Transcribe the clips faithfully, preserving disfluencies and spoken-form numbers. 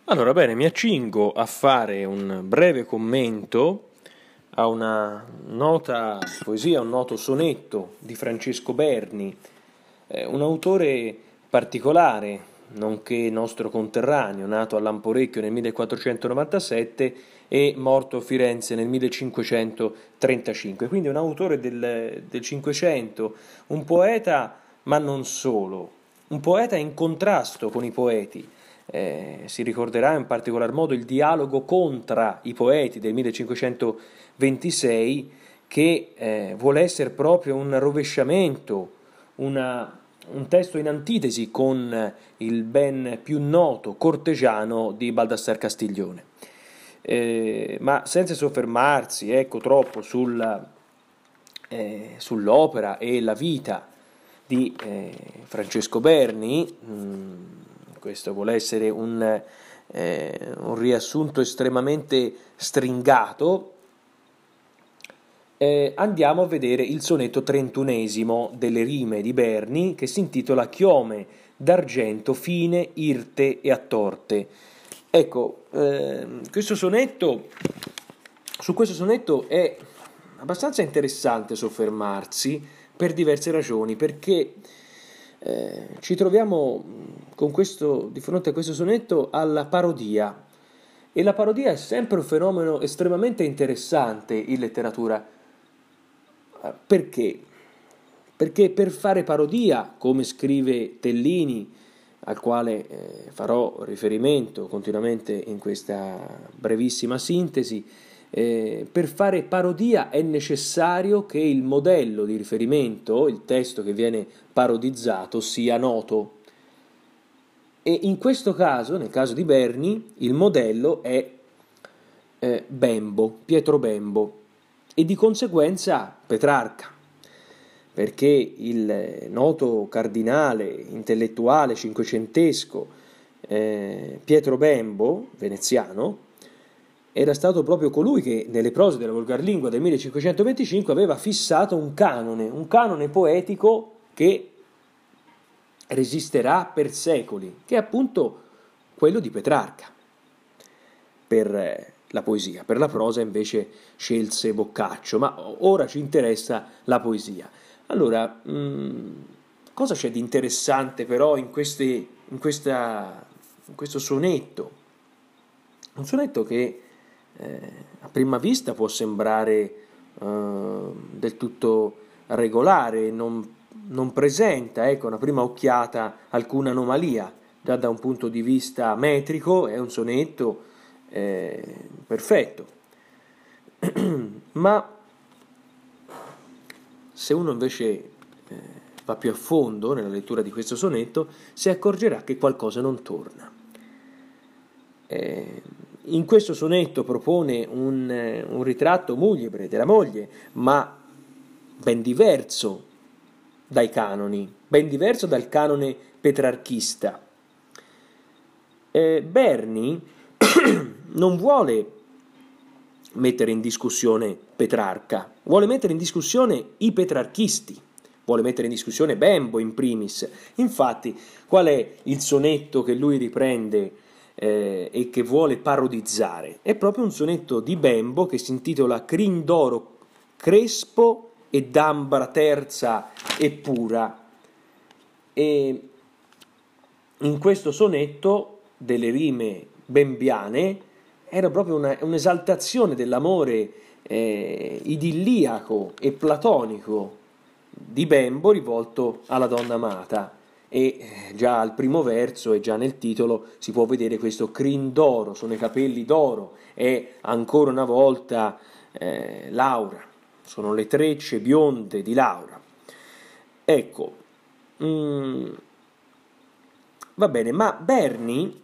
Allora, bene, mi accingo a fare un breve commento a una nota poesia, un noto sonetto di Francesco Berni, eh, un autore particolare, nonché nostro conterraneo, nato a Lamporecchio nel millequattrocentonovantasette e morto a Firenze nel millecinquecentotrentacinque. Quindi un autore del, del Cinquecento, un poeta, ma non solo, un poeta in contrasto con i poeti. Eh, si ricorderà in particolar modo il dialogo contra i poeti del millecinquecentoventisei, che eh, vuole essere proprio un rovesciamento, una, un testo in antitesi con il ben più noto Cortegiano di Baldassar Castiglione. Eh, ma senza soffermarsi, ecco, troppo sulla, eh, sull'opera e la vita di eh, Francesco Berni, mh, questo vuole essere un, eh, un riassunto estremamente stringato, eh, andiamo a vedere il sonetto trentunesimo delle rime di Berni, che si intitola Chiome d'argento fine, irte e attorte. Ecco, eh, questo sonetto, su questo sonetto è abbastanza interessante soffermarsi per diverse ragioni, perché eh, ci troviamo con questo, di fronte a questo sonetto alla parodia, e la parodia è sempre un fenomeno estremamente interessante in letteratura. Perché? Perché per fare parodia, come scrive Tellini, al quale eh, farò riferimento continuamente in questa brevissima sintesi, eh, per fare parodia è necessario che il modello di riferimento, il testo che viene parodizzato, sia noto. E in questo caso, nel caso di Berni, il modello è eh, Bembo, Pietro Bembo, e di conseguenza Petrarca, perché il noto cardinale intellettuale cinquecentesco eh, Pietro Bembo, veneziano, era stato proprio colui che nelle prose della Volgarlingua del millecinquecentoventicinque aveva fissato un canone, un canone poetico che resisterà per secoli, che è appunto quello di Petrarca per la poesia. Per la prosa invece scelse Boccaccio, ma ora ci interessa la poesia. Allora, mh, cosa c'è di interessante però in, queste, in, questa, in questo sonetto? Un sonetto che eh, a prima vista può sembrare eh, del tutto regolare, non, non presenta, ecco, una prima occhiata alcuna anomalia, già da un punto di vista metrico è un sonetto eh, perfetto, ma se uno invece eh, va più a fondo nella lettura di questo sonetto, si accorgerà che qualcosa non torna. Eh, in questo sonetto propone un, eh, un ritratto mulibre della moglie, ma ben diverso dai canoni, ben diverso dal canone petrarchista. Eh, Berni non vuole mettere in discussione Petrarca, vuole mettere in discussione i petrarchisti, vuole mettere in discussione Bembo in primis. Infatti, qual è il sonetto che lui riprende eh, e che vuole parodizzare? È proprio un sonetto di Bembo che si intitola Crin d'oro crespo e d'ambra terza e pura. E in questo sonetto delle rime bembiane era proprio una, un'esaltazione dell'amore eh, idilliaco e platonico di Bembo rivolto alla donna amata, e eh, già al primo verso e già nel titolo si può vedere questo crin d'oro, sono i capelli d'oro, e ancora una volta eh, Laura, sono le trecce bionde di Laura. Ecco, mm, va bene, ma Berni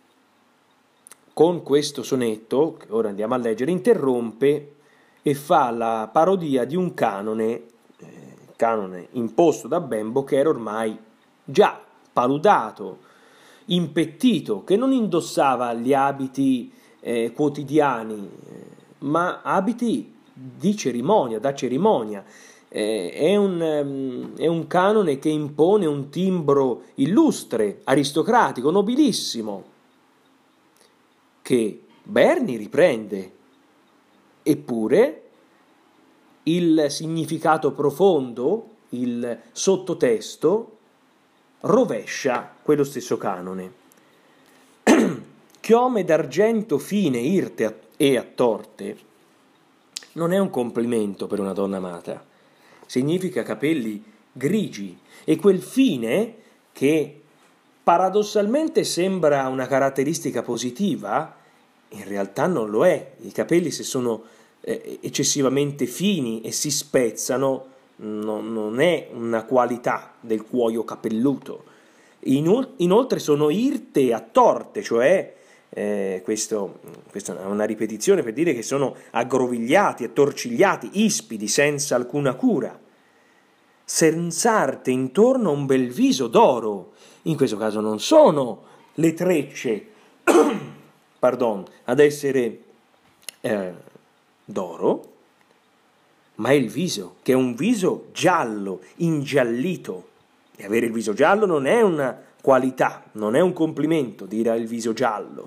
con questo sonetto, che ora andiamo a leggere, interrompe e fa la parodia di un canone, eh, canone imposto da Bembo, che era ormai già paludato, impettito, che non indossava gli abiti eh, quotidiani, eh, ma abiti di cerimonia, da cerimonia. Eh, è, un, um, è un canone che impone un timbro illustre, aristocratico, nobilissimo. che Berni riprende, eppure il significato profondo, il sottotesto, rovescia quello stesso canone. Chiome d'argento fine, irte e attorte non è un complimento per una donna amata, significa capelli grigi, e quel fine, che paradossalmente sembra una caratteristica positiva, in realtà non lo è. I capelli, se sono eh, eccessivamente fini e si spezzano, no, non è una qualità del cuoio capelluto. Inol- inoltre sono irte a torte, cioè eh, questo, questa è una ripetizione per dire che sono aggrovigliati, attorcigliati, ispidi, senza alcuna cura. Senz'arte intorno a un bel viso d'oro. In questo caso non sono le trecce pardon, ad essere eh, d'oro, ma è il viso, che è un viso giallo, ingiallito. E avere il viso giallo non è una qualità, non è un complimento dire ha il viso giallo.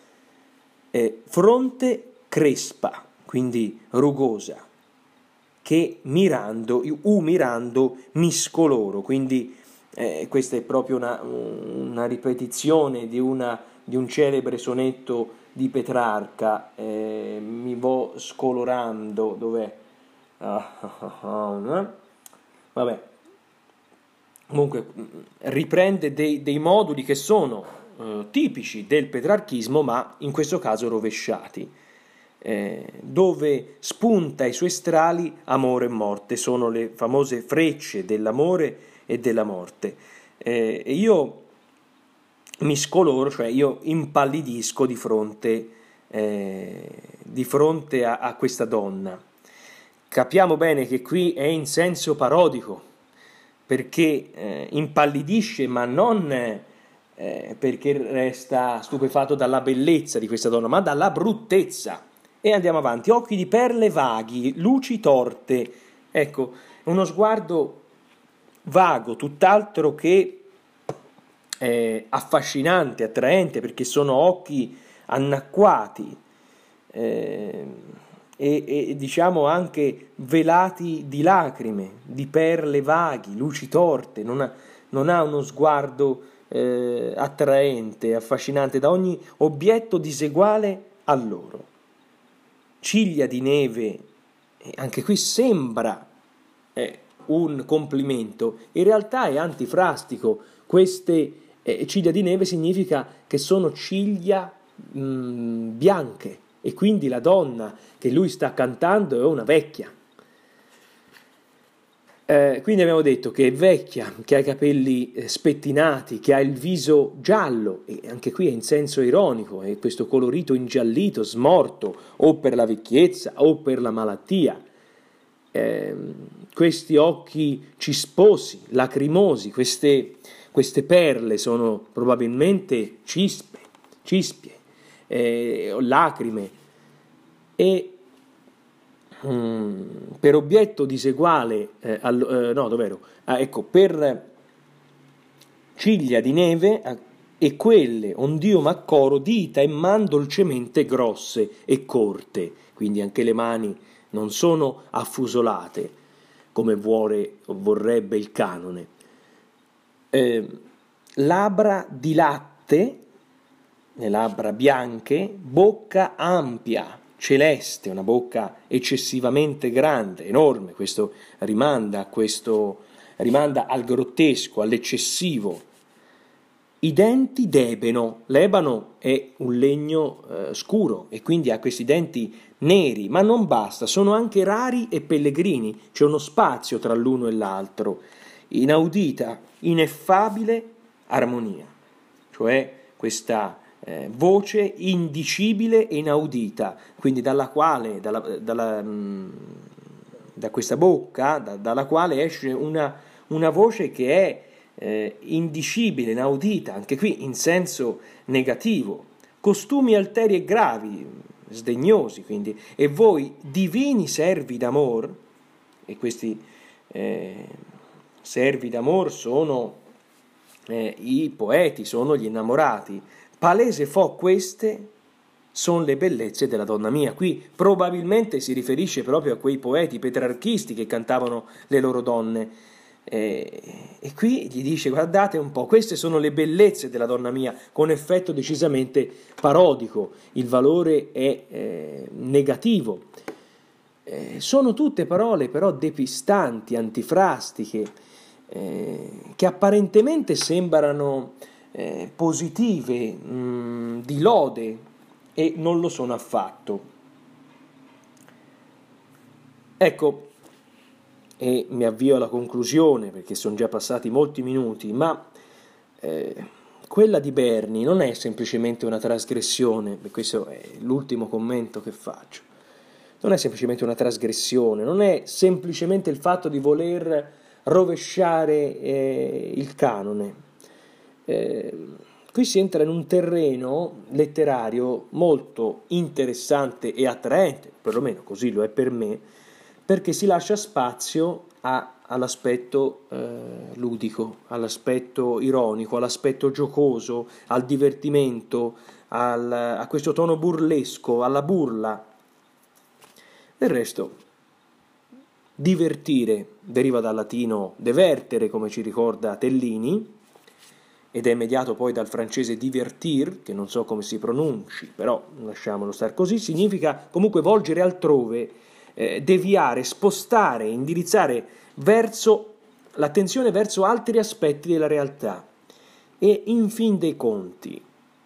Eh, fronte crespa, quindi rugosa, che mirando, u mirando miscoloro, quindi eh, questa è proprio una, una ripetizione di, una, di un celebre sonetto di Petrarca, eh, mi vo scolorando, dov'è? Ah, ah, ah, ah, vabbè, comunque riprende dei, dei moduli che sono eh, tipici del petrarchismo, ma in questo caso rovesciati, eh, dove spunta ai suoi strali amore e morte, sono le famose frecce dell'amore e della morte. Eh, e io mi scoloro, cioè io impallidisco di fronte, eh, di fronte a, a questa donna. Capiamo bene che qui è in senso parodico, perché eh, impallidisce, ma non eh, perché resta stupefatto dalla bellezza di questa donna, ma dalla bruttezza. E andiamo avanti. Occhi di perle vaghi, luci torte. Ecco, uno sguardo vago, tutt'altro che eh, affascinante, attraente, perché sono occhi annacquati, eh, e, e diciamo anche velati di lacrime, di perle vaghi, luci torte, non ha, non ha uno sguardo eh, attraente, affascinante da ogni obietto diseguale a loro. Ciglia di neve, anche qui sembra eh, un complimento, in realtà è antifrastico. Queste eh, ciglia di neve significa che sono ciglia mh, bianche, e quindi la donna che lui sta cantando è una vecchia. Eh, quindi abbiamo detto che è vecchia, che ha i capelli eh, spettinati, che ha il viso giallo, e anche qui è in senso ironico, è questo colorito ingiallito, smorto, o per la vecchiezza o per la malattia. Eh, questi occhi cisposi, lacrimosi, queste, queste perle sono probabilmente cispe, cispie, eh, lacrime, e mm, per obietto diseguale, eh, all, eh, no, dov'ero? Ah, ecco, per ciglia di neve eh, e quelle, ond'io m'accoro, dita e man dolcemente grosse e corte, quindi anche le mani non sono affusolate come vuole, vorrebbe il canone. Eh, labbra di latte, le labbra bianche, bocca ampia, celeste, una bocca eccessivamente grande, enorme. Questo rimanda a questo rimanda al grottesco, all'eccessivo. I denti d'ebano, l'ebano è un legno eh, scuro e quindi ha questi denti neri, ma non basta, sono anche rari e pellegrini, c'è uno spazio tra l'uno e l'altro, inaudita, ineffabile armonia, cioè questa eh, voce indicibile e inaudita, quindi dalla quale, dalla, dalla, mh, da questa bocca, da, dalla quale esce una, una voce che è eh, indicibile, inaudita, anche qui in senso negativo, costumi alteri e gravi, sdegnosi, quindi, e voi divini servi d'amor, e questi eh, servi d'amor sono eh, i poeti, sono gli innamorati, palese fo queste sono le bellezze della donna mia. Qui probabilmente si riferisce proprio a quei poeti petrarchisti che cantavano le loro donne. Eh, e qui gli dice: guardate un po', queste sono le bellezze della donna mia, con effetto decisamente parodico, il valore è eh, negativo. Eh, sono tutte parole però depistanti, antifrastiche, eh, che apparentemente sembrano eh, positive, mh, di lode, e non lo sono affatto. Ecco, e mi avvio alla conclusione perché sono già passati molti minuti, ma eh, quella di Berni non è semplicemente una trasgressione, e questo è l'ultimo commento che faccio, non è semplicemente una trasgressione, non è semplicemente il fatto di voler rovesciare eh, il canone. Eh, qui si entra in un terreno letterario molto interessante e attraente, perlomeno così lo è per me, perché si lascia spazio a, all'aspetto eh, ludico, all'aspetto ironico, all'aspetto giocoso, al divertimento, al, a questo tono burlesco, alla burla. Del resto, divertire deriva dal latino divertere, come ci ricorda Tellini, ed è mediato poi dal francese divertir, che non so come si pronunci, però lasciamolo star così, significa comunque volgere altrove, eh, deviare, spostare, indirizzare verso l'attenzione verso altri aspetti della realtà. E in fin dei conti,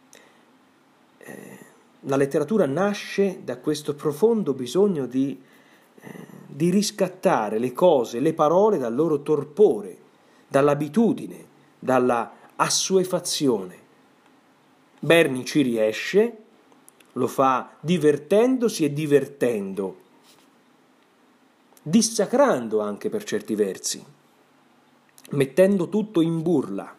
eh, la letteratura nasce da questo profondo bisogno di, eh, di riscattare le cose, le parole dal loro torpore, dall'abitudine, dalla assuefazione. Berni ci riesce, lo fa divertendosi e divertendo, dissacrando anche per certi versi, mettendo tutto in burla,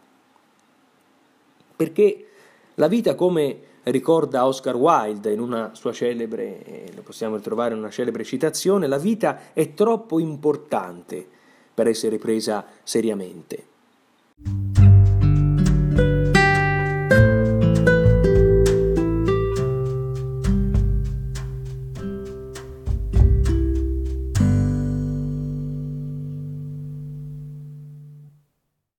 perché la vita, come ricorda Oscar Wilde in una sua celebre, eh, lo possiamo ritrovare in una celebre citazione, la vita è troppo importante per essere presa seriamente.